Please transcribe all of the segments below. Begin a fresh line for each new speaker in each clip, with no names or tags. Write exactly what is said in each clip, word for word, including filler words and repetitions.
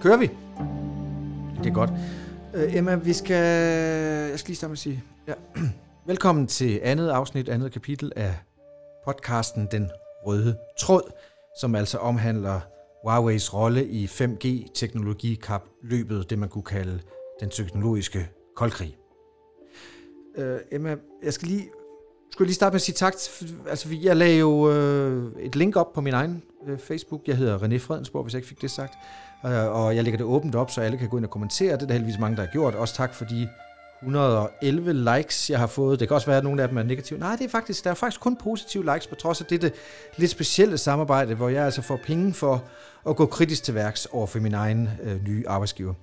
Kører vi? Det er godt. Uh, Emma, vi skal... Jeg skal lige starte med at sige... Ja. Velkommen til andet afsnit, andet kapitel af podcasten Den Røde Tråd, som altså omhandler Huawei's rolle i fem G-teknologikapløbet, det man kunne kalde den teknologiske koldkrig. Uh, Emma, jeg skal lige... Skulle jeg lige starte med at sige tak. Altså, jeg lagde jo øh, et link op på min egen øh, Facebook. Jeg hedder René Fredensborg, hvis jeg ikke fik det sagt. Øh, og jeg lægger det åbent op, så alle kan gå ind og kommentere. Det er der heldigvis mange, der har gjort. Også tak for de et hundrede og elleve likes, jeg har fået. Det kan også være, at nogle af dem er negative. Nej, det er faktisk, der er faktisk kun positive likes, på trods af dette lidt specielle samarbejde, hvor jeg altså får penge for at gå kritisk til værks over for min egen øh, nye arbejdsgiver.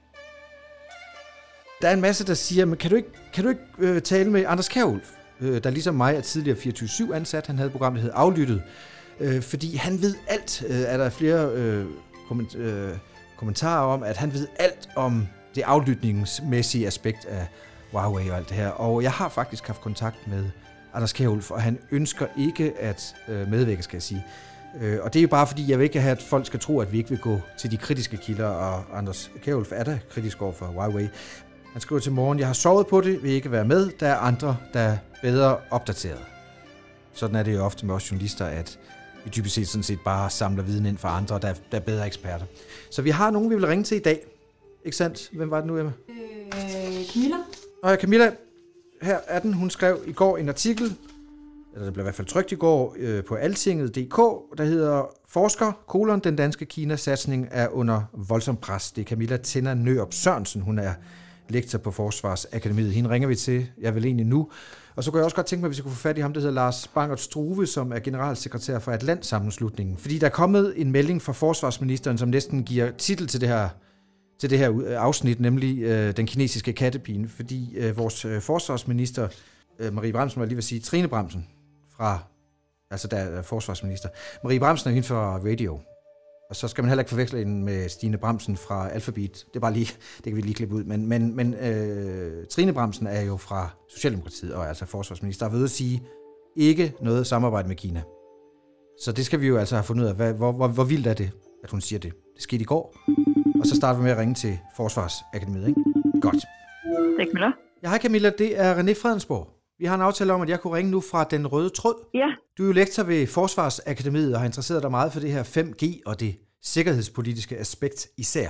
Der er en masse, der siger, men kan du ikke, kan du ikke øh, tale med Anders Kjærulf, der ligesom mig er tidligere fireogtyve syv ansat. Han havde et program, der hed Aflyttet, øh, fordi han ved alt. Øh, er der flere øh, komment- øh, kommentarer om, at han ved alt om det aflytningsmæssige aspekt af Huawei og alt det her. Og jeg har faktisk haft kontakt med Anders Kjærulf, og han ønsker ikke at øh, medvirke, skal jeg sige. Øh, og det er jo bare fordi, jeg vil ikke have, at folk skal tro, at vi ikke vil gå til de kritiske kilder, og Anders Kjærulf er da kritisk over for Huawei. Han skriver til morgen, jeg har sovet på det, vil ikke være med. Der er andre, der er bedre opdateret. Sådan er det jo ofte med os journalister, at vi dybest set sådan set bare samler viden ind fra andre, der er, der er bedre eksperter. Så vi har nogen, vi vil ringe til i dag. Ikke sandt? Hvem var det nu, Emma?
Øh, Camilla.
Og ja, Camilla, her er den. Hun skrev i går en artikel, eller det blev i hvert fald trykt i går, øh, på altinget punktum d k, der hedder Forsker, kolon, den danske Kina-satsning er under voldsom pres. Det er Camilla Tenner Nørup Sørensen, hun er lektor på Forsvarsakademiet. Hende ringer vi til, jeg vil egentlig nu. Og så kunne jeg også godt tænke mig, hvis vi kunne få fat i ham, der hedder Lars Bangert Struve, som er generalsekretær for Atlantsammenslutningen. Fordi der er kommet en melding fra forsvarsministeren, som næsten giver titel til det her, til det her afsnit, nemlig øh, den kinesiske kattepine. Fordi øh, vores øh, forsvarsminister, øh, Marie Bramsen, var lige ved at sige, Trine Bramsen, fra, altså der er forsvarsminister. Marie Bramsen er hende fra Radio. Og så skal man heller ikke forveksle hende med Stine Bramsen fra Alphabet. Det er bare lige, det kan vi lige klippe ud. Men, men, men øh, Trine Bramsen er jo fra Socialdemokratiet, og er altså forsvarsminister, og ved at sige, ikke noget samarbejde med Kina. Så det skal vi jo altså have fundet ud af. Hvad, hvor, hvor, hvor vildt er det, at hun siger det? Det skete i går. Og så starter vi med at ringe til Forsvarsakademiet, ikke? Godt.
Det er Camilla.
Ja, hej Camilla, det er René Fredensborg. Vi har en aftale om, at jeg kunne ringe nu fra Den Røde Tråd.
Ja.
Du er jo lektor ved Forsvarsakademiet og har interesseret dig meget for det her fem G og det sikkerhedspolitiske aspekt især.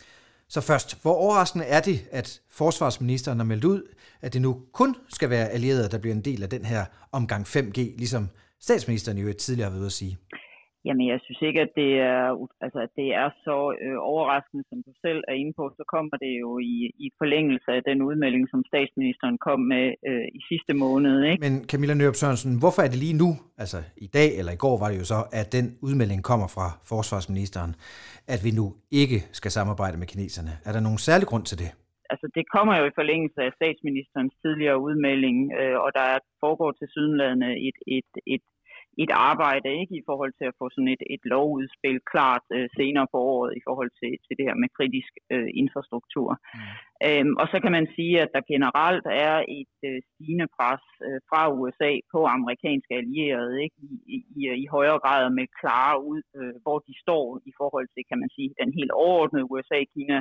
Så først, hvor overraskende er det, at forsvarsministeren har meldt ud, at det nu kun skal være allierede, der bliver en del af den her omgang fem G, ligesom statsministeren jo tidligere har været ude at sige?
Jamen, jeg synes ikke, at det er, altså, at det er så øh, overraskende, som du selv er inde på. Så kommer det jo i, i forlængelse af den udmelding, som statsministeren kom med øh, i sidste måned. Ikke?
Men Camilla Nørup Sørensen, hvorfor er det lige nu, altså i dag eller i går var det jo så, at den udmelding kommer fra forsvarsministeren, at vi nu ikke skal samarbejde med kineserne? Er der nogen særlig grund til det?
Altså, det kommer jo i forlængelse af statsministerens tidligere udmelding, øh, og der foregår tilsyneladende et, et, et et arbejde, ikke, i forhold til at få sådan et, et lovudspil klart øh, senere på året i forhold til, til det her med kritisk øh, infrastruktur. Mm. Øhm, og så kan man sige, at der generelt er et øh, stigende pres øh, fra U S A på amerikanske allierede, ikke, i, i, i højere grad med klare ud, øh, hvor de står i forhold til, kan man sige, den helt overordnede U S A-Kina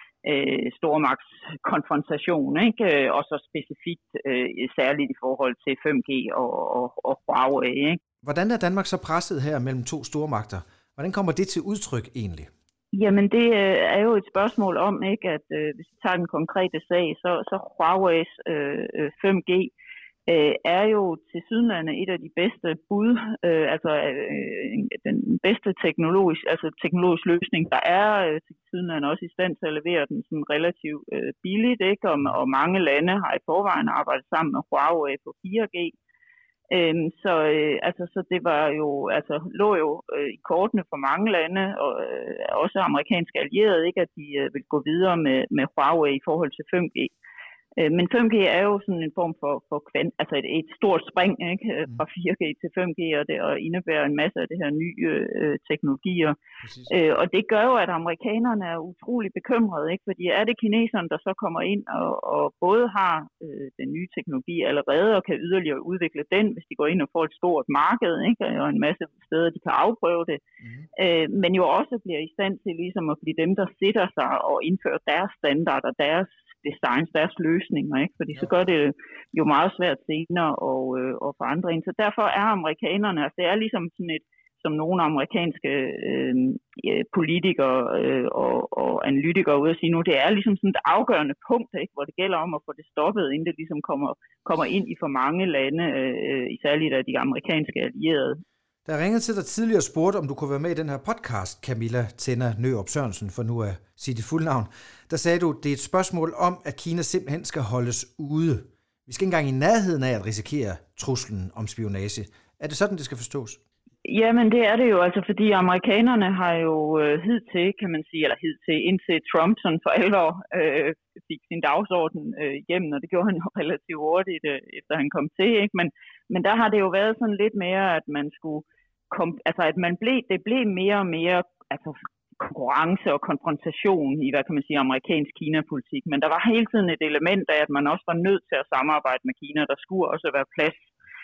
Øh, stormagtskonfrontation, ikke? Og så specifikt øh, særligt i forhold til fem G og, og, og Huawei. Ikke?
Hvordan er Danmark så presset her mellem to stormagter? Hvordan kommer det til udtryk egentlig?
Jamen det øh, er jo et spørgsmål om, ikke, at øh, hvis vi tager den konkrete sag, så, så Huawei's øh, fem G øh, er jo tilsyneladende et af de bedste bud, øh, altså øh, den bedste teknologisk, altså teknologisk løsning, der er øh, tilsyneladende også i stand til at levere den sådan relativt øh, billigt, ikke? Og, og mange lande har i forvejen arbejdet sammen med Huawei på fire G. Øhm, så, øh, altså, så det var jo, altså, lå jo øh, i kortene for mange lande, og øh, også amerikanske allierede, ikke, at de øh, vil gå videre med, med Huawei i forhold til fem G. Men fem G er jo sådan en form for, for kvant, altså et, et stort spring, ikke? Fra fire G til fem G, og det og indebærer en masse af det her nye øh, teknologier. Øh, og det gør jo, at amerikanerne er utrolig bekymrede, ikke? Fordi er det kineserne, der så kommer ind og, og både har øh, den nye teknologi allerede og kan yderligere udvikle den, hvis de går ind og får et stort marked, ikke? Og en masse steder, de kan afprøve det. Mm. Øh, men jo også bliver i stand til ligesom at blive dem, der sætter sig og indfører deres standarder, deres designs, deres løsninger, ikke? Fordi så gør det jo meget svært senere og, øh, og forandre ind. Så derfor er amerikanerne, altså det er ligesom sådan et, som nogle amerikanske øh, politikere øh, og, og analytikere ude at sige nu, det er ligesom sådan et afgørende punkt, ikke? Hvor det gælder om at få det stoppet, inden det ligesom kommer, kommer ind i for mange lande, øh, særligt af de amerikanske allierede.
Der ringede til dig tidligere og spurgte, om du kunne være med i den her podcast, Camilla Tenna Nørup Sørensen, for nu at sige dit fulde navn. Der sagde du, det er et spørgsmål om, at Kina simpelthen skal holdes ude. Vi skal ikke engang i nærheden af at risikere truslen om spionage. Er det sådan, det skal forstås?
Jamen det er det jo, altså fordi amerikanerne har jo øh, hidtil, kan man sige, eller hidtil indtil Trump sådan for alvor øh, fik sin dagsorden øh, igennem, og det gjorde han jo relativt hurtigt, øh, efter han kom til, ikke? Men, men der har det jo været sådan lidt mere, at man skulle, kom, altså at man blev, det blev mere og mere, altså konkurrence og konfrontation i, hvad kan man sige, amerikansk Kina-politik, men der var hele tiden et element af, at man også var nødt til at samarbejde med Kina, der skulle også være plads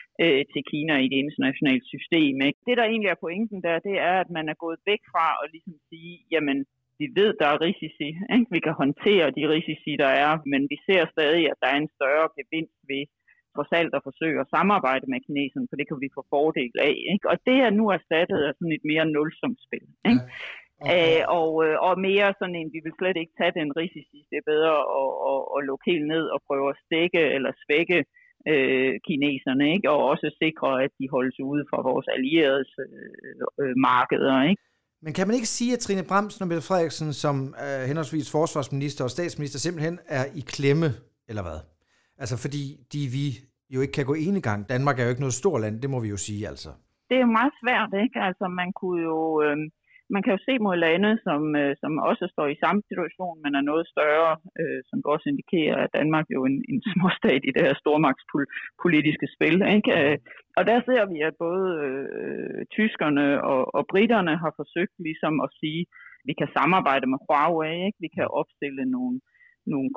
til Kina i det internationale system, ikke? Det, der egentlig er pointen der, det er, at man er gået væk fra at ligesom sige, jamen, vi ved, der er risici, ikke? Vi kan håndtere de risici, der er, men vi ser stadig, at der er en større gevinst ved trods alt at forsøge at samarbejde med kineserne, for det kan vi få fordel af, ikke? Og det er nu erstattet af sådan et mere nulsumsspil, ikke? Ja. Okay. Æ, og, og mere sådan en, vi vil slet ikke tage den risici, det er bedre at, at, at lukke helt ned og prøve at stikke eller svække Øh, kineserne, ikke? Og også sikre, at de holdes ude fra vores allieredes øh, øh, markeder, ikke?
Men kan man ikke sige, at Trine Bramsen og Mette Frederiksen som øh, henholdsvis forsvarsminister og statsminister simpelthen er i klemme, eller hvad? Altså fordi de vi jo ikke kan gå enegang. Danmark er jo ikke noget stort land, det må vi jo sige, altså.
Det er jo meget svært, ikke? Altså man kunne jo... Øh, Man kan jo se mod lande, som, øh, som også står i samme situation, men er noget større, øh, som også indikerer, at Danmark er jo en, en småstat i det her stormagtspolitiske spil, ikke? Og der ser vi, at både øh, tyskerne og, og britterne har forsøgt ligesom at sige, at vi kan samarbejde med Huawei, ikke? Vi kan opstille nogle nogle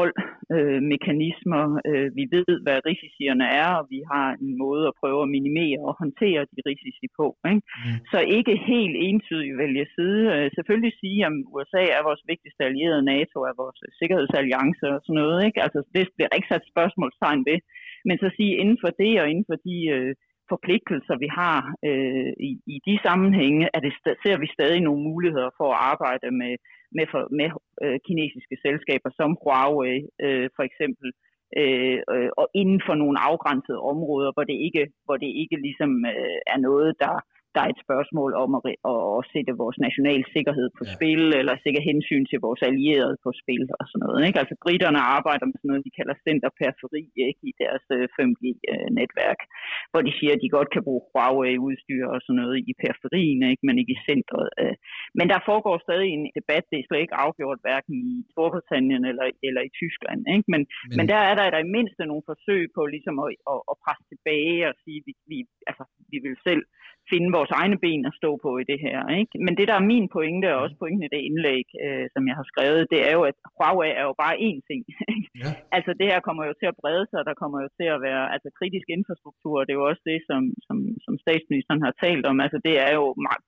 kontrolmekanismer. Øh, vi ved, hvad risicierne er, og vi har en måde at prøve at minimere og håndtere de risici på, ikke? Mm. Så ikke helt entydigt vælge side. Øh, selvfølgelig sige, at U S A er vores vigtigste allierede, NATO er vores sikkerhedsalliance og sådan noget, ikke? Altså, det bliver ikke sat spørgsmålstegn ved. Men så sige, inden for det og inden for de øh, forpligtelser, vi har øh, i, i de sammenhænge, at det, ser vi stadig nogle muligheder for at arbejde med med, for, med øh, kinesiske selskaber som Huawei øh, for eksempel, øh, øh, og inden for nogle afgrænsede områder, hvor det ikke, hvor det ikke ligesom øh, er noget, der, der er et spørgsmål om at, at, at sætte vores nationale sikkerhed på ja. spil, eller sikke hensyn til vores allierede på spil og sådan noget, ikke? Altså britterne arbejder med sådan noget, de kalder centerperiferi, ikke? I deres øh, fem G-netværk, hvor de siger, at de godt kan bruge Huawei-udstyr og sådan noget i periferien, ikke? Men ikke i centret. Øh. Men der foregår stadig en debat, det er slet ikke afgjort hverken i Storbritannien eller, eller i Tyskland, ikke? Men, men... men der er der, der i mindste nogle forsøg på ligesom at, at, at presse tilbage og sige, at vi, vi, altså, vi vil selv finde vores egne ben at stå på i det her, ikke? Men det, der er min pointe, og også pointen i det indlæg, øh, som jeg har skrevet, det er jo, at Huawei er jo bare én ting. Ja. Altså det her kommer jo til at brede sig, der kommer jo til at være altså kritisk infrastruktur, det er jo også det, som, som, som statsministeren har talt om. Altså det er jo,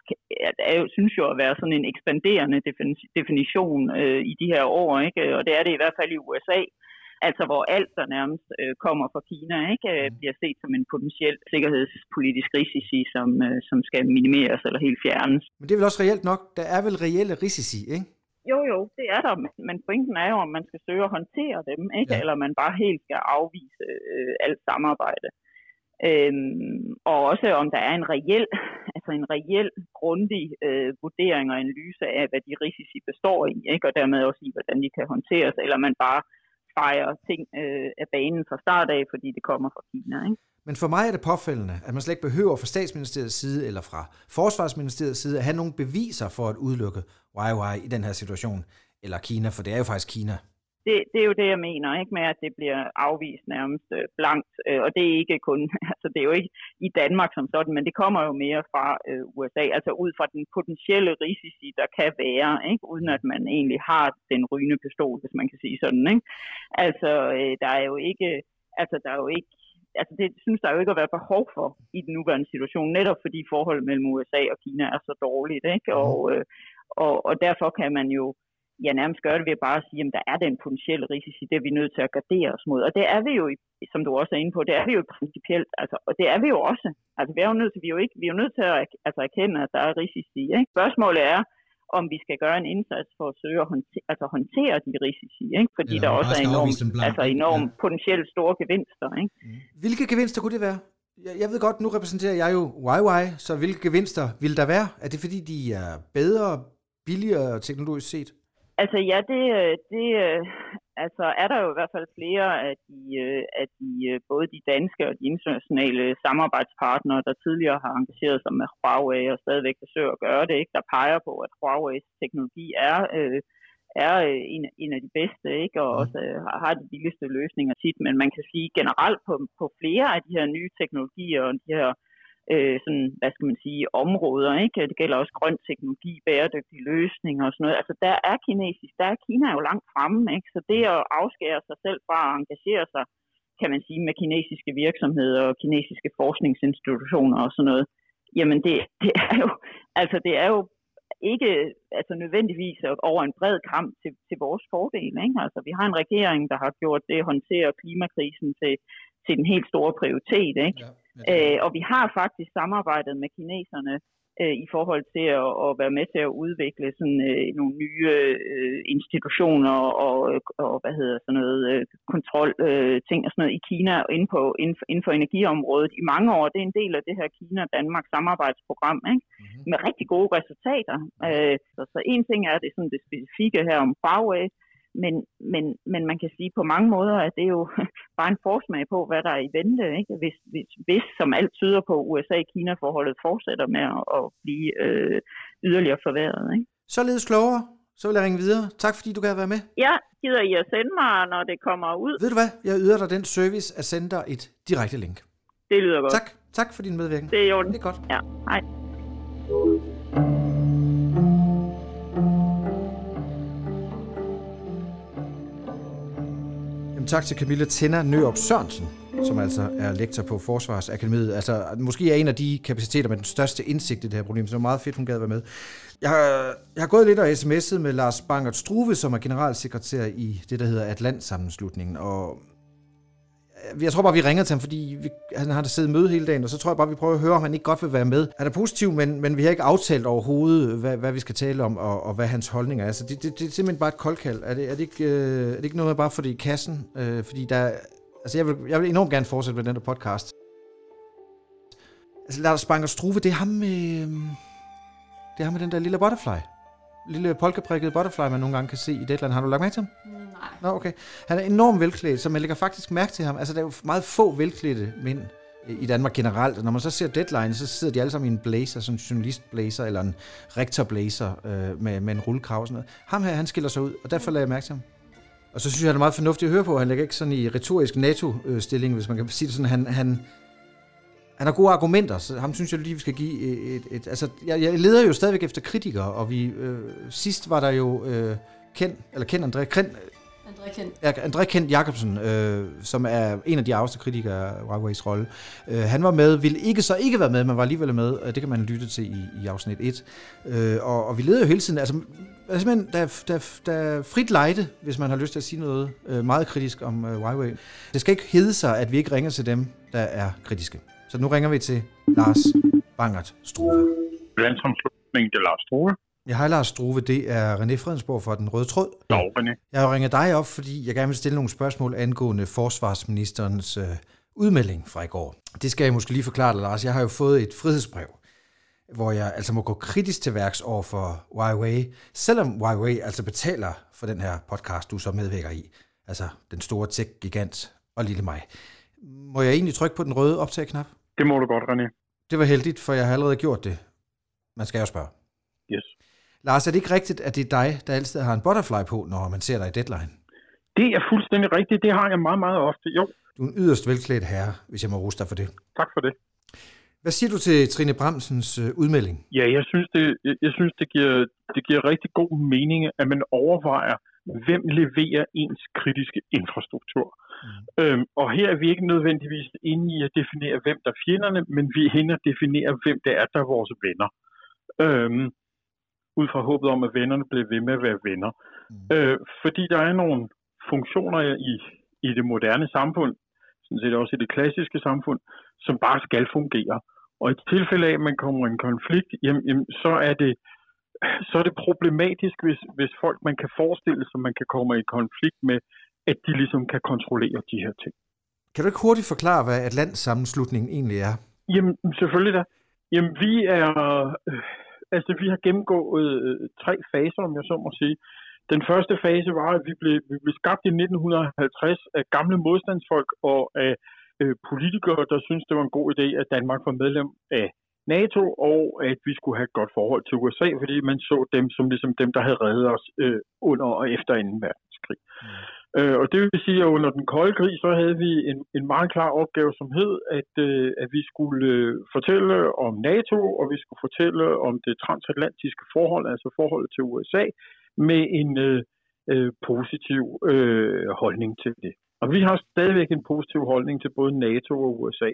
er jo synes jo at være sådan en ekspanderende definition øh, i de her år, ikke? Og det er det i hvert fald i U S A. Altså hvor alt, der nærmest øh, kommer fra Kina, ikke, øh, bliver set som en potentiel sikkerhedspolitisk risici, som, øh, som skal minimeres eller helt fjernes.
Men det er vel også reelt nok? Der er vel reelle risici, ikke?
Jo, jo, det er der, men pointen er jo, om man skal søge at håndtere dem, ikke? Ja. Eller man bare helt skal afvise øh, alt samarbejde. Øhm, og også om der er en reel, altså en reel grundig øh, vurdering og analyse af, hvad de risici består i, ikke? Og dermed også i, hvordan de kan håndteres, eller man bare fejrer ting øh, af banen fra start af, fordi det kommer fra Kina, ikke?
Men for mig er det påfældende, at man slet ikke behøver fra statsministeriets side eller fra forsvarsministeriets side at have nogle beviser for at udelukke Huawei i den her situation, eller Kina, for det er jo faktisk Kina.
det, det er jo det, jeg mener, ikke med, at det bliver afvist nærmest øh, blankt. Øh, og det er ikke kun, altså det er jo ikke i Danmark som sådan, men det kommer jo mere fra øh, U S A, altså ud fra den potentielle risici, der kan være, ikke? Uden at man egentlig har den rygende pistol, hvis man kan sige sådan, ikke? Altså, øh, der er jo ikke, altså der er jo ikke, altså det synes der jo ikke at være behov for i den nuværende situation, netop fordi forholdet mellem U S A og Kina er så dårligt, ikke? Og, øh, og, og derfor kan man jo ja, nærmest gøre det ved at bare sige, at der er den potentielle risici, det er vi nødt til at gardere os mod. Og det er vi jo, som du også er inde på, det er vi jo principielt, altså, og det er vi jo også. Altså, vi er jo nødt til, vi er jo ikke, vi er jo nødt til at altså, erkende, at der er risici, ikke? Spørgsmålet er, om vi skal gøre en indsats for at søge at håndtere, altså, håndtere de risici, ikke? Fordi ja, der også er enormt, altså, enormt ja. potentielt store gevinster, ikke?
Hvilke gevinster kunne det være? Jeg ved godt, nu repræsenterer jeg jo Huawei, så hvilke gevinster vil der være? Er det fordi, de er bedre, billigere teknologisk set?
Altså ja, det, det altså, er der jo i hvert fald flere af de, af de, både de danske og de internationale samarbejdspartnere, der tidligere har engageret sig med Huawei og stadigvæk forsøger at gøre det, ikke? Der peger på, at Huaweis teknologi er, øh, er en, en af de bedste, ikke? Og også øh, har de billigste løsninger tit, men man kan sige generelt på, på flere af de her nye teknologier og de her Øh, sådan, hvad skal man sige, områder, ikke? Det gælder også grøn teknologi, bæredygtige løsninger og sådan noget. Altså, der er kinesisk, der er Kina jo langt fremme, ikke? Så det at afskære sig selv fra at engagere sig, kan man sige, med kinesiske virksomheder og kinesiske forskningsinstitutioner og sådan noget, jamen det, det er jo, altså det er jo ikke altså nødvendigvis over en bred kamp til, til vores fordel, ikke? Altså, vi har en regering, der har gjort det at håndtere klimakrisen til, til den helt store prioritet, ikke? Ja. Øh, og vi har faktisk samarbejdet med kineserne øh, i forhold til at, at være med til at udvikle sådan øh, nogle nye øh, institutioner og, og hvad hedder sådan noget øh, kontrol øh, ting og sådan noget i Kina inden, på, inden, for, inden for energiområdet i mange år. Det er en del af det her Kina-Danmark samarbejdsprogram, ikke? Mm-hmm. Med rigtig gode resultater. Øh, så, så en ting er det sådan det specifikke her om Huawei. Men, men, men man kan sige på mange måder, at det er jo bare en forsmag på, hvad der er i vente, ikke? Hvis, hvis, hvis som alt tyder på, U S A-Kina-forholdet fortsætter med at, at blive øh, yderligere forværret, ikke?
Således klogere, så vil jeg ringe videre. Tak fordi du kan være med.
Ja, gider I at sende mig, når det kommer ud?
Ved du hvad? Jeg yder dig den service at sende dig et direkte link.
Det lyder godt.
Tak. Tak for din medvirken.
Det er jo
det er godt.
Ja, hej.
Tak til Camilla Tenner Nørup Sørensen, som altså er lektor på Forsvarsakademiet. Altså, måske er en af de kapaciteter med den største indsigt i det her problem, så det er meget fedt, hun gad være med. Jeg har, jeg har gået lidt og sms'et med Lars Bangert Struve, som er generalsekretær i det, der hedder Atlantsammenslutningen, og jeg tror bare, vi ringer til ham, fordi vi, han har siddet i møde hele dagen, og så tror jeg bare, vi prøver at høre, om han ikke godt vil være med. Han er positiv, men, men vi har ikke aftalt overhovedet, hvad, hvad vi skal tale om, og, og hvad hans holdning er. Altså, det, det, det er simpelthen bare et koldkald. Er det, er det, ikke, øh, er det ikke noget med bare for det i kassen? Øh, fordi der, altså, jeg vil, jeg vil enormt gerne fortsætte med den der podcast. Altså, Lars Bangert Struve, det er ham med, det er ham med den der lille butterfly. Lille polkaprikket butterfly, man nogle gange kan se i Deadline. Har du lagt mærke til ham?
Nej.
Nå, okay. Han er enormt velklædt, så man lægger faktisk mærke til ham. Altså, der er jo meget få velklædte mænd i Danmark generelt. Og når man så ser Deadline, så sidder de alle sammen i en blazer, sådan en journalistblazer, eller en rektorblazer øh, med, med en rullekrav og sådan noget. Ham her, han skiller sig ud, og derfor lader jeg mærke til ham. Og så synes jeg, han er meget fornuftigt at høre på. Han lægger ikke sådan i retorisk NATO-stilling, hvis man kan sige det sådan. Han, han, han har gode argumenter, så ham synes jeg lige, vi skal give et... et, et altså, jeg, jeg leder jo stadigvæk efter kritikere, og vi øh, sidst var der jo øh, Ken, eller Ken André Ken,
André Kent.
Ja, André Kent Jacobsen, øh, som er en af de arveste kritikere af Huaweis rolle. Øh, han var med, ville ikke så ikke være med, men var alligevel med, og det kan man lytte til i, i afsnit et. Øh, og, og vi leder jo hele tiden, altså, altså der, er, der, der er frit lejde, hvis man har lyst til at sige noget øh, meget kritisk om øh, Huawei. Det skal ikke hedde sig, at vi ikke ringer til dem, der er kritiske. Så nu ringer vi til Lars Bangert Struve.
Landsomslutning til Lars Struve.
Ja, hej Lars Struve, det er René Fredensborg fra Den Røde Tråd.
Ja, René.
Jeg har ringet dig op, fordi jeg gerne vil stille nogle spørgsmål angående forsvarsministerens øh, udmelding fra i går. Det skal jeg måske lige forklare dig, Lars. Jeg har jo fået et frihedsbrev, hvor jeg altså må gå kritisk til værks over for Huawei, selvom Huawei altså betaler for den her podcast, du så medvirker i. Altså den store tech-gigant og lille mig. Må jeg egentlig trykke på den røde optag-knap?
Det må du godt, René.
Det var heldigt, for jeg har allerede gjort det. Man skal jo spørge.
Yes.
Lars, er det ikke rigtigt, at det er dig, der altid har en butterfly på, når man ser dig i Deadline?
Det er fuldstændig rigtigt. Det har jeg meget, meget ofte. Jo.
Du er en yderst velklædt herre, hvis jeg må rose dig for det.
Tak for det.
Hvad siger du til Trine Bramsens øh, udmelding?
Ja, jeg synes, det, jeg, jeg synes det, giver, det giver rigtig god mening, at man overvejer, hvem leverer ens kritiske infrastruktur. Mm. Øhm, og her er vi ikke nødvendigvis inde i at definere, hvem der er fjenderne, men vi er inde at definere, hvem det er, der er vores venner. Øhm, ud fra håbet om, at vennerne bliver ved med at være venner. Mm. Øh, fordi der er nogle funktioner i, i det moderne samfund, sådan set også i det klassiske samfund, som bare skal fungere. Og i tilfælde af, at man kommer i en konflikt, jamen, jamen, så er det så er det problematisk, hvis, hvis folk, man kan forestille sig, man kan komme i konflikt med, at de ligesom kan kontrollere de her ting.
Kan du ikke hurtigt forklare, hvad Atlantsammenslutningen egentlig er?
Jamen, selvfølgelig da. Jamen, vi er... Øh, altså, vi har gennemgået øh, tre faser, om jeg så må sige. Den første fase var, at vi blev, vi blev skabt i nitten halvtreds af gamle modstandsfolk og af øh, politikere, der syntes, det var en god idé, at Danmark var medlem af NATO, og at vi skulle have et godt forhold til U S A, fordi man så dem som ligesom dem, der havde reddet os øh, under og efter anden verdenskrig. Mm. Øh, og det vil sige, at under den kolde krig, så havde vi en, en meget klar opgave, som hed, at, øh, at vi skulle øh, fortælle om NATO, og vi skulle fortælle om det transatlantiske forhold, altså forholdet til U S A, med en øh, øh, positiv øh, holdning til det. Og vi har stadigvæk en positiv holdning til både NATO og U S A.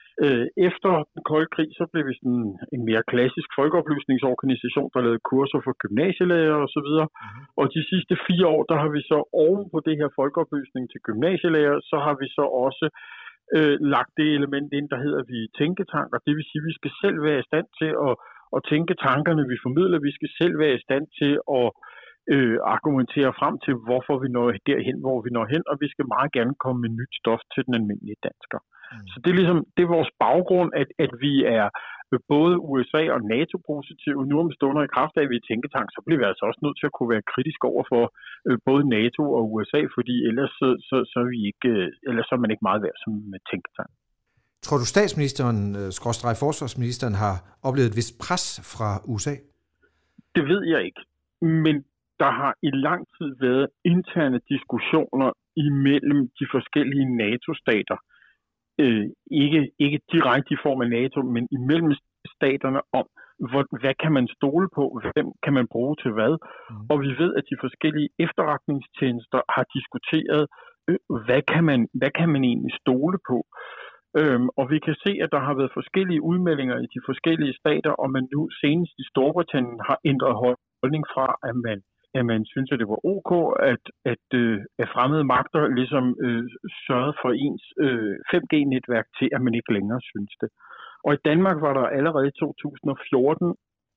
Efter den kolde krig, så blev vi sådan en mere klassisk folkeoplysningsorganisation, der lavede kurser for gymnasielærer og så videre. Mm. Og de sidste fire år, der har vi så oven på det her folkeoplysning til gymnasielærer, så har vi så også øh, lagt det element ind, der hedder vi tænketanker. Det vil sige, at vi skal selv være i stand til at, at tænke tankerne, vi formidler. Vi skal selv være i stand til at øh, argumentere frem til, hvorfor vi når derhen, hvor vi når hen, og vi skal meget gerne komme med nyt stof til den almindelige dansker. Mm. Så det er ligesom, det er vores baggrund, at, at vi er både U S A og NATO-positive. Nu om stunder i kraft af, at vi er tænketank, så bliver vi altså også nødt til at kunne være kritisk over for øh, både NATO og U S A, fordi ellers så, så, så er vi ikke, øh, ellers så er man ikke meget værd som tænketank.
Tror du statsministeren, øh, skråstreg forsvarsministeren, har oplevet et vist pres fra U S A?
Det ved jeg ikke, men der har i lang tid været interne diskussioner imellem de forskellige NATO-stater. Øh, ikke, ikke direkte i form af NATO, men imellem staterne om, hvor, hvad kan man stole på, hvem kan man bruge til hvad. Mm. Og vi ved, at de forskellige efterretningstjenester har diskuteret, øh, hvad, kan man, hvad kan man egentlig stole på. Øhm, og vi kan se, at der har været forskellige udmeldinger i de forskellige stater, og man nu senest i Storbritannien har ændret holdning fra, at man at man synes, at det var ok, at, at, øh, at fremmede magter ligesom øh, sørgede for ens øh, fem G-netværk til, at man ikke længere synes det. Og i Danmark var der allerede i to tusind og fjorten,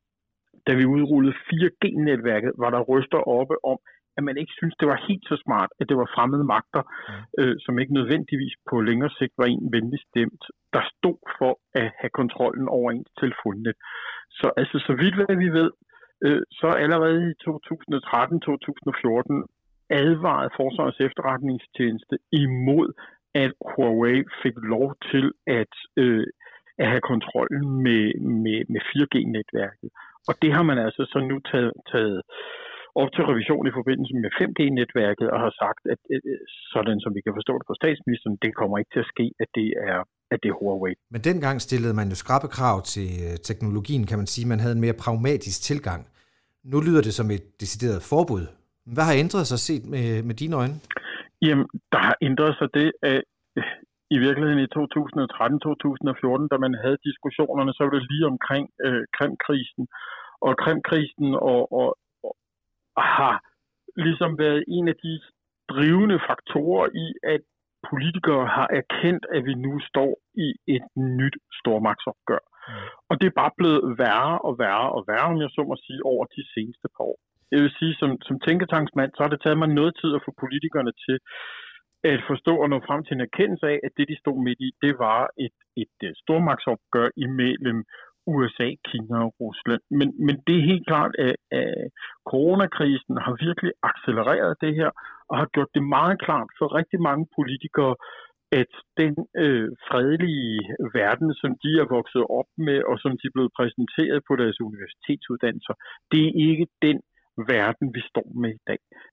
da vi udrullede fire G-netværket, var der røster oppe om, at man ikke synes det var helt så smart, at det var fremmede magter, øh, som ikke nødvendigvis på længere sigt var en venlig stemt, der stod for at have kontrollen over ens telefonnet. Så altså, så vidt hvad vi ved, så allerede i to tusind og tretten til to tusind og fjorten advarede Forsvarets efterretningstjeneste imod, at Huawei fik lov til at, øh, at have kontrollen med, med, med fire G-netværket. Og det har man altså så nu taget, taget op til revision i forbindelse med fem G-netværket og har sagt, at sådan som vi kan forstå det på statsministeren, det kommer ikke til at ske, at det er at det er Huawei.
Men dengang stillede man jo skrappe krav til teknologien, kan man sige. Man havde en mere pragmatisk tilgang. Nu lyder det som et decideret forbud. Hvad har ændret sig set med, med dine øjne?
Jamen, der har ændret sig det, at i virkeligheden i to tusind og tretten til to tusind og fjorten, da man havde diskussionerne, så var det lige omkring øh, Krimkrisen. Og Krimkrisen og, og, og, og har ligesom været en af de drivende faktorer i, at politikere har erkendt, at vi nu står i et nyt stormagtsopgør. Mm. Og det er bare blevet værre og værre og værre, om jeg så må sige, over de seneste par år. Jeg vil sige, som, som tænketanksmand, så har det taget mig noget tid at få politikerne til at forstå og nå frem til en erkendelse af, at det, de stod midt i, det var et, et, et stormagtsopgør imellem U S A, Kina og Rusland. Men, men det er helt klart, at, at coronakrisen har virkelig accelereret det her, og har gjort det meget klart for rigtig mange politikere, at den øh, fredelige verden, som de er vokset op med, og som de er blevet præsenteret på deres universitetsuddannelser, det er ikke den verden, vi står med i dag.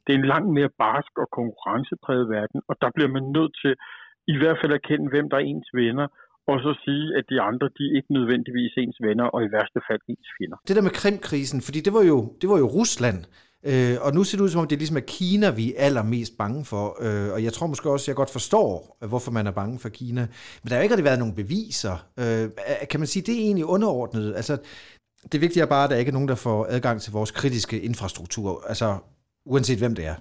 det er en langt mere barsk og konkurrencepræget verden, og der bliver man nødt til i hvert fald at kende, hvem der er ens venner, og så sige, at de andre, de er ikke nødvendigvis ens venner, og i værste fald ens fjender.
Det der med Krimkrisen, fordi det var jo, det var jo Rusland, øh, og nu ser det ud som om, det er ligesom er Kina, vi er allermest bange for, øh, og jeg tror måske også, jeg godt forstår, hvorfor man er bange for Kina, men der har jo ikke rigtig været nogen beviser. Øh, kan man sige, det er egentlig underordnet? Altså, det vigtige er bare, at der ikke er nogen, der får adgang til vores kritiske infrastruktur, altså uanset hvem det er.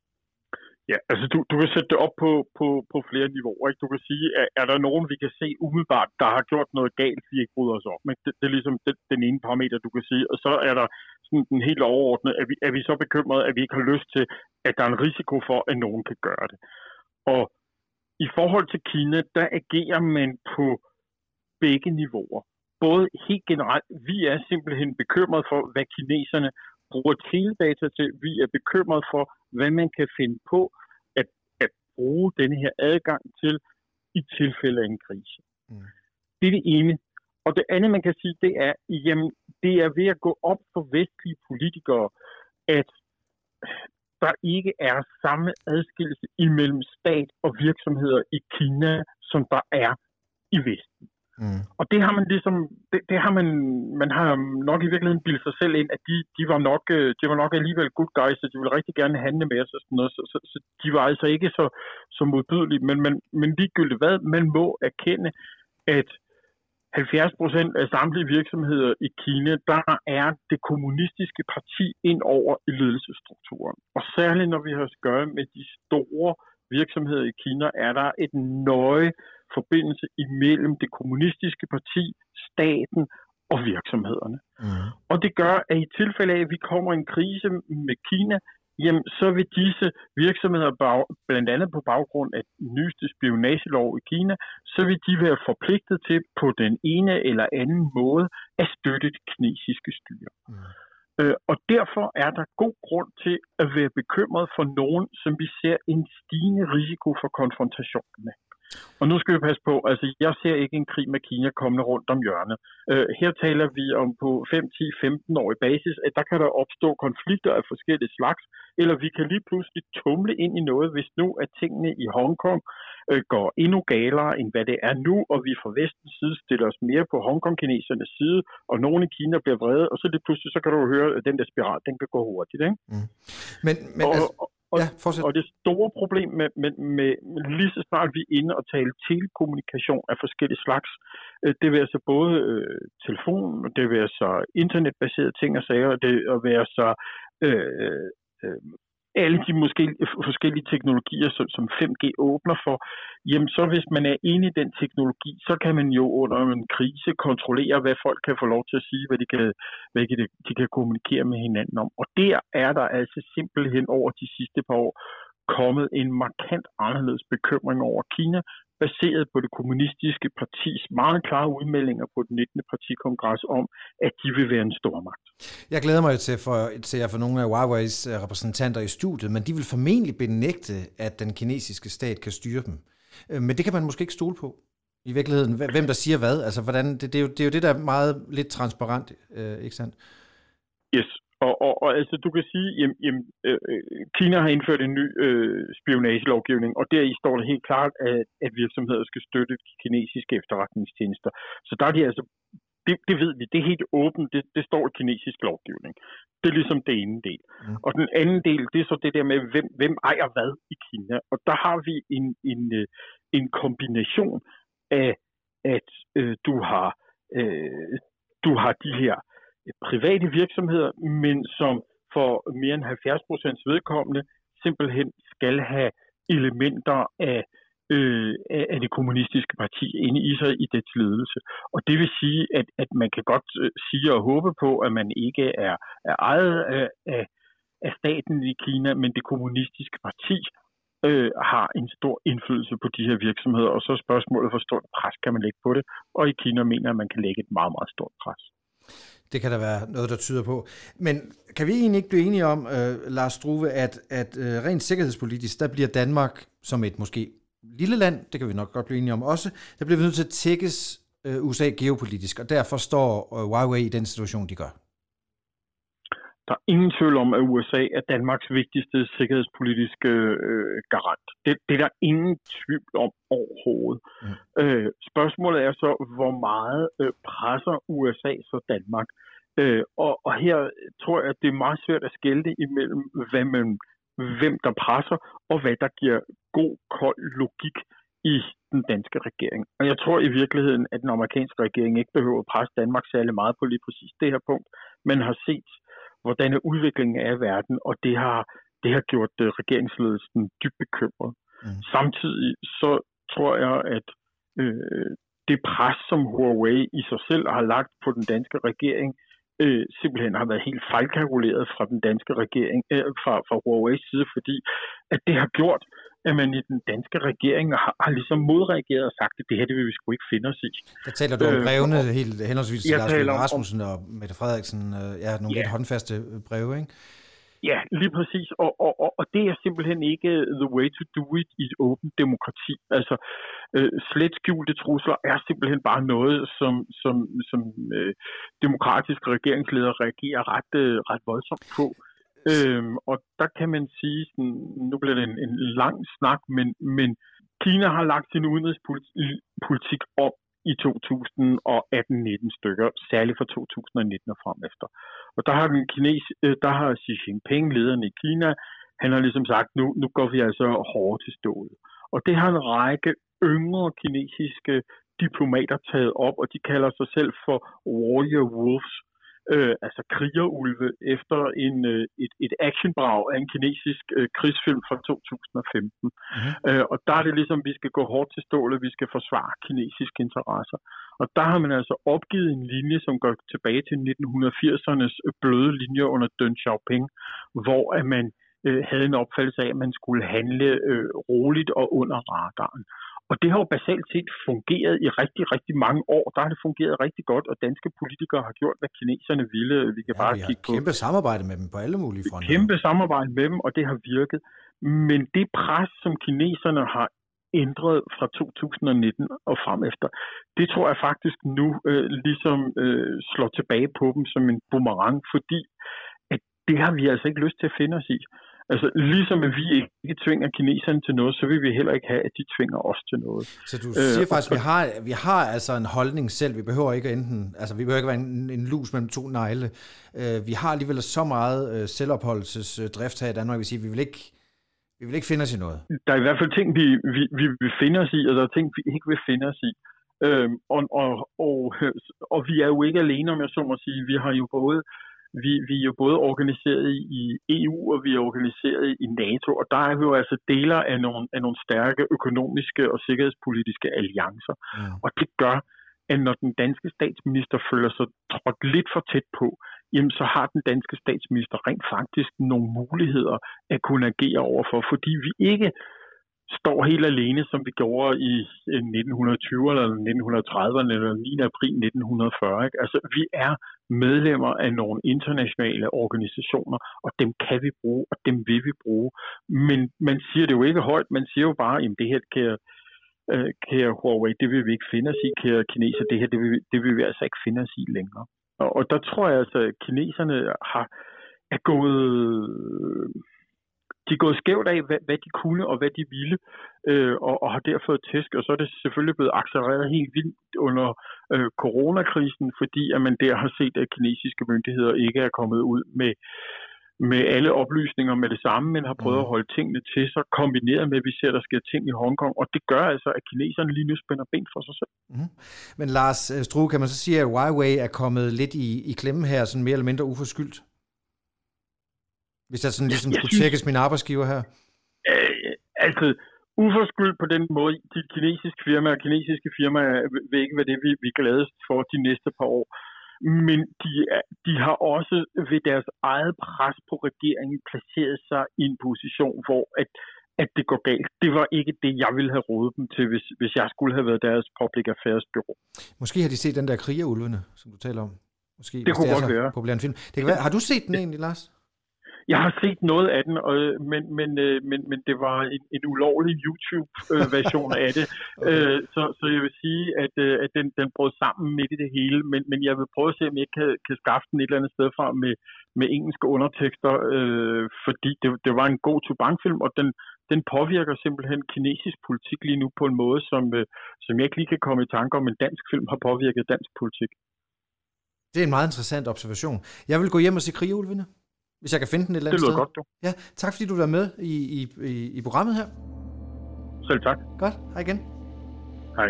Ja, altså du, du kan sætte det op på, på, på flere niveauer. Ikke? Du kan sige, at er der nogen, vi kan se umiddelbart, der har gjort noget galt, vi ikke bryder os om. Ikke? Det, det er ligesom det, den ene parameter, du kan sige. Og så er der sådan den helt overordnede, at vi, er vi så bekymrede, at vi ikke har lyst til, at der er en risiko for, at nogen kan gøre det. Og i forhold til Kina, der agerer man på begge niveauer. Både helt generelt, vi er simpelthen bekymret for, hvad kineserne bruger teledata til. Vi er bekymret for, hvad man kan finde på at, at bruge denne her adgang til i tilfælde af en krise. Mm. Det er det ene. Og det andet, man kan sige, det er, jamen, det er ved at gå op for vestlige politikere, at der ikke er samme adskillelse imellem stat og virksomheder i Kina, som der er i Vesten. Mm. Og det har man ligesom, det, det har man, man har nok i virkeligheden bildet sig selv ind, at de, de var nok, de var nok alligevel good guys, så de ville rigtig gerne handle med os og sådan noget, så, så, så de var altså ikke så, så modbydelige, men, men, men ligegyldigt hvad, man må erkende, at halvfjerds procent af samtlige virksomheder i Kina, der er det kommunistiske parti ind over i ledelsesstrukturen. Og særligt når vi har at gøre med de store virksomheder i Kina, er der et nøje forbindelse imellem det kommunistiske parti, staten og virksomhederne. Mm. Og det gør, at i tilfælde af, at vi kommer i en krise med Kina, jamen, så vil disse virksomheder, blandt andet på baggrund af den nyeste spionagelov i Kina, så vil de være forpligtet til på den ene eller anden måde at støtte det kinesiske styre. Mm. Øh, og derfor er der god grund til at være bekymret for nogen, som vi ser en stigende risiko for konfrontation med. Og nu skal vi passe på, altså jeg ser ikke en krig med Kina kommende rundt om hjørnet. Uh, her taler vi om på fem, ti, femten år i basis, at der kan der opstå konflikter af forskellige slags, eller vi kan lige pludselig tumle ind i noget, hvis nu at tingene i Hongkong uh, går endnu galere, end hvad det er nu, og vi fra vestens side stiller os mere på Hongkong-kinesernes side, og nogen i Kina bliver vrede, og så lige pludselig, så kan du høre, at den der spiral, den kan gå hurtigt, ikke? Mm.
Men, men
og,
altså...
Og,
ja,
og det store problem med, med, med, med lige så snart vi er inde og tale telekommunikation af forskellige slags, øh, det vil altså både øh, telefon, det vil altså internetbaserede ting og sager, det vil altså øh, øh, alle de måske forskellige teknologier, som, som fem G åbner for, jamen så hvis man er inde i den teknologi, så kan man jo under en krise kontrollere, hvad folk kan få lov til at sige, hvad de kan, hvad de, de kan kommunikere med hinanden om. Og der er der altså simpelthen over de sidste par år kommet en markant anderledes bekymring over Kina, baseret på det kommunistiske partis meget klare udmeldinger på den nittende partikongres om, at de vil være en stormagt.
Jeg glæder mig til, for, til at få nogle af Huawei's repræsentanter i studiet, men de vil formentlig benægte, at den kinesiske stat kan styre dem. Men det kan man måske ikke stole på i virkeligheden. Hvem der siger hvad? Altså, hvordan, det, det, er jo, det er jo det, der er meget lidt transparent, øh, ikke sandt?
Yes. Og, og, og altså, du kan sige, at øh, Kina har indført en ny øh, spionagelovgivning, og deri står det helt klart, at, at virksomheder skal støtte de kinesiske efterretningstjenester. Så der er de altså, det, det ved vi, det er helt åbent, det, det står i kinesisk lovgivning. Det er ligesom det ene del. Mm. Og den anden del, det er så det der med, hvem, hvem ejer hvad i Kina. Og der har vi en, en, en kombination af, at øh, du har, øh, du har de her private virksomheder, men som for mere end halvfjerds procent vedkommende simpelthen skal have elementer af, øh, af det kommunistiske parti inde i sig i dets ledelse. Og det vil sige, at, at man kan godt øh, sige og håbe på, at man ikke er, er ejet af, af, af staten i Kina, men det kommunistiske parti øh, har en stor indflydelse på de her virksomheder. Og så er spørgsmålet, hvor stort pres kan man lægge på det? Og i Kina mener at man kan lægge et meget, meget stort pres.
Det kan der være noget, der tyder på. Men kan vi egentlig ikke blive enige om, øh, Lars Struve, at, at øh, rent sikkerhedspolitisk, der bliver Danmark som et måske lille land, det kan vi nok godt blive enige om også, der bliver vi nødt til at tækkes øh, U S A geopolitisk, og derfor står øh, Huawei i den situation, de gør.
Der er ingen tvivl om, at U S A er Danmarks vigtigste sikkerhedspolitiske øh, garant. Det, det er der ingen tvivl om overhovedet. Mm. Øh, spørgsmålet er så, hvor meget øh, presser U S A så Danmark? Øh, og, og her tror jeg, at det er meget svært at skelne imellem, hvad man, hvem der presser, og hvad der giver god, kold logik i den danske regering. Og jeg tror i virkeligheden, at den amerikanske regering ikke behøver at presse Danmark særlig meget på lige præcis det her punkt, men har set, hvordan er udviklingen er i verden, og det har, det har gjort uh, regeringsledelsen dybt bekymret. Mm. Samtidig så tror jeg, at øh, det pres, som Huawei i sig selv har lagt på den danske regering, øh, simpelthen har været helt fejlkalkuleret fra den danske regering, øh, fra, fra Huaweis side, fordi at det har gjort, at man i den danske regering har, har ligesom modreageret og sagt, at det her, det vil vi sgu ikke finde os i.
Der taler du om brevene, øh, helt henholdsvis til Lars Løkke Rasmussen
om,
og Mette Frederiksen, øh, ja, nogle ja. lidt håndfaste breve, ikke?
Ja, lige præcis, og, og, og, og det er simpelthen ikke the way to do it i et åbent demokrati. Altså, øh, slet skjulte trusler er simpelthen bare noget, som, som, som øh, demokratiske regeringsledere reagerer ret, øh, ret voldsomt på. Øhm, og der kan man sige, sådan, nu bliver det en, en lang snak, men, men Kina har lagt sin udenrigspolitik op i to tusind atten nitten stykker, særligt fra to tusind nitten og frem efter. Og der har den kines, der har Xi Jinping, lederen i Kina, han har ligesom sagt, nu, nu går vi altså hårdt til stålet. Og det har en række yngre kinesiske diplomater taget op, og de kalder sig selv for warrior wolves, øh, altså krigerulve, efter en, øh, et, et actionbrag af en kinesisk øh, krigsfilm fra to tusind femten. Mm-hmm. Øh, og der er det ligesom, vi skal gå hårdt til stålet, vi skal forsvare kinesiske interesser. Og der har man altså opgivet en linje, som går tilbage til nitten firsernes bløde linje under Deng Xiaoping, hvor at man øh, havde en opfattelse af, at man skulle handle øh, roligt og under radaren. Og det har jo basalt set fungeret i rigtig, rigtig mange år. Der har det fungeret rigtig godt, og danske politikere har gjort, hvad kineserne ville. Vi kan
ja,
bare
vi
kigge på
kæmpe samarbejde med dem på alle mulige fronter.
Kæmpe samarbejde med dem, og det har virket. Men det pres, som kineserne har ændret fra to tusind nitten og frem efter, det tror jeg faktisk nu øh, ligesom øh, slår tilbage på dem som en boomerang, fordi at det har vi altså ikke lyst til at finde os i. Altså, ligesom at vi ikke tvinger kineserne til noget, så vil vi heller ikke have, at de tvinger os til noget.
Så du siger øh, faktisk, at vi har, vi har altså en holdning selv. Vi behøver ikke enten, altså vi behøver ikke være en, en lus mellem to negle. Øh, vi har alligevel så meget øh, selvopholdelsesdrift her i Danmark, vi siger, vi vil ikke, vi vil ikke finde os i noget. Der
er i hvert fald ting, vi, vi, vi vil finde os i, og der er ting, vi ikke vil finde os i. Øh, og, og, og, og vi er jo ikke alene, om jeg så må sige. Vi har jo både Vi, vi er jo både organiseret i E U, og vi er organiseret i NATO, og der er vi jo altså deler af nogle, af nogle stærke økonomiske og sikkerhedspolitiske alliancer. Mm. Og det gør, at når den danske statsminister føler sig trådt lidt for tæt på, jamen så har den danske statsminister rent faktisk nogle muligheder at kunne agere overfor, fordi vi ikke står helt alene, som vi gjorde i nitten tyverne eller nitten trediverne eller niende april nitten fyrre. Ikke? Altså, vi er medlemmer af nogle internationale organisationer, og dem kan vi bruge, og dem vil vi bruge. Men man siger det jo ikke højt, man siger jo bare, jamen det her, kære, øh, kære Huawei, det vil vi ikke finde os i, kære kineser, det her, det vil, det vil vi altså ikke finde os i længere. Og, og der tror jeg altså, at kineserne har, er gået... De er gået skævt af, hvad, hvad de kunne og hvad de ville, øh, og, og har derfor fået tæsk, og så er det selvfølgelig blevet accelereret helt vildt under øh, coronakrisen, fordi at man der har set, at kinesiske myndigheder ikke er kommet ud med, med alle oplysninger med det samme, men har prøvet at holde tingene til sig, kombineret med, at vi ser, at der sker ting i Hongkong, og det gør altså, at kineserne lige nu spænder ben for sig selv.
Mm. Men Lars Strue, kan man så sige, at Huawei er kommet lidt i, i klemme her, sådan mere eller mindre uforskyldt? Hvis jeg sådan ligesom jeg skulle tjekkes min arbejdsgiver her?
Øh, altså, uforskyldt på den måde, de kinesiske firmaer, kinesiske firmaer vil ikke være det, vi, vi glædes for de næste par år. Men de, de har også ved deres eget pres på regeringen placeret sig i en position, hvor at, at det går galt. Det var ikke det, jeg ville have rådet dem til, hvis, hvis jeg skulle have været deres public affairs bureau.
Måske har de set den der krigerulvene, som du taler om. Måske,
det kunne det godt være.
Populær film. Det kan være. Har du set den egentlig, Lars?
Jeg har set noget af den, og, men, men, men, men det var en, en ulovlig YouTube-version af det. Okay. Så, så jeg vil sige, at, at den, den brød sammen midt i det hele, men, men jeg vil prøve at se, om jeg kan, kan skaffe den et eller andet sted fra med, med engelske undertekster, øh, fordi det, det var en god Tubang-film, og den, den påvirker simpelthen kinesisk politik lige nu på en måde, som, øh, som jeg ikke lige kan komme i tanke om, en dansk film har påvirket dansk politik.
Det er en meget interessant observation. Jeg vil gå hjem og se Krigerulvene, hvis jeg kan finde den et eller andet sted.
Det lyder godt, du.
Ja, tak fordi du var med i, i, i, i programmet her.
Selv tak.
Godt, hej igen.
Hej.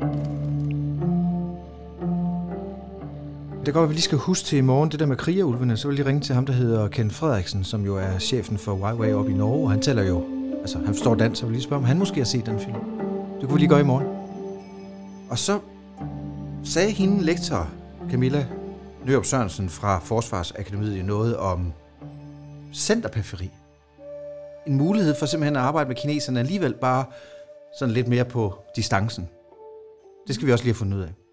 Det går, at vi lige skal huske til i morgen, det der med Krigerulvene, så vil jeg ringe til ham, der hedder Ken Frederiksen, som jo er chefen for Huawei op i Norge, og han taler jo, altså han forstår dansk, så vil lige spørge, om han måske har set den film. Det kunne vi lige gøre i morgen. Og så sagde hende lektor Camilla Nørup Sørensen fra Forsvarsakademiet noget om centerperiferi. En mulighed for simpelthen at arbejde med kineserne alligevel bare sådan lidt mere på distancen. Det skal vi også lige have fundet ud af.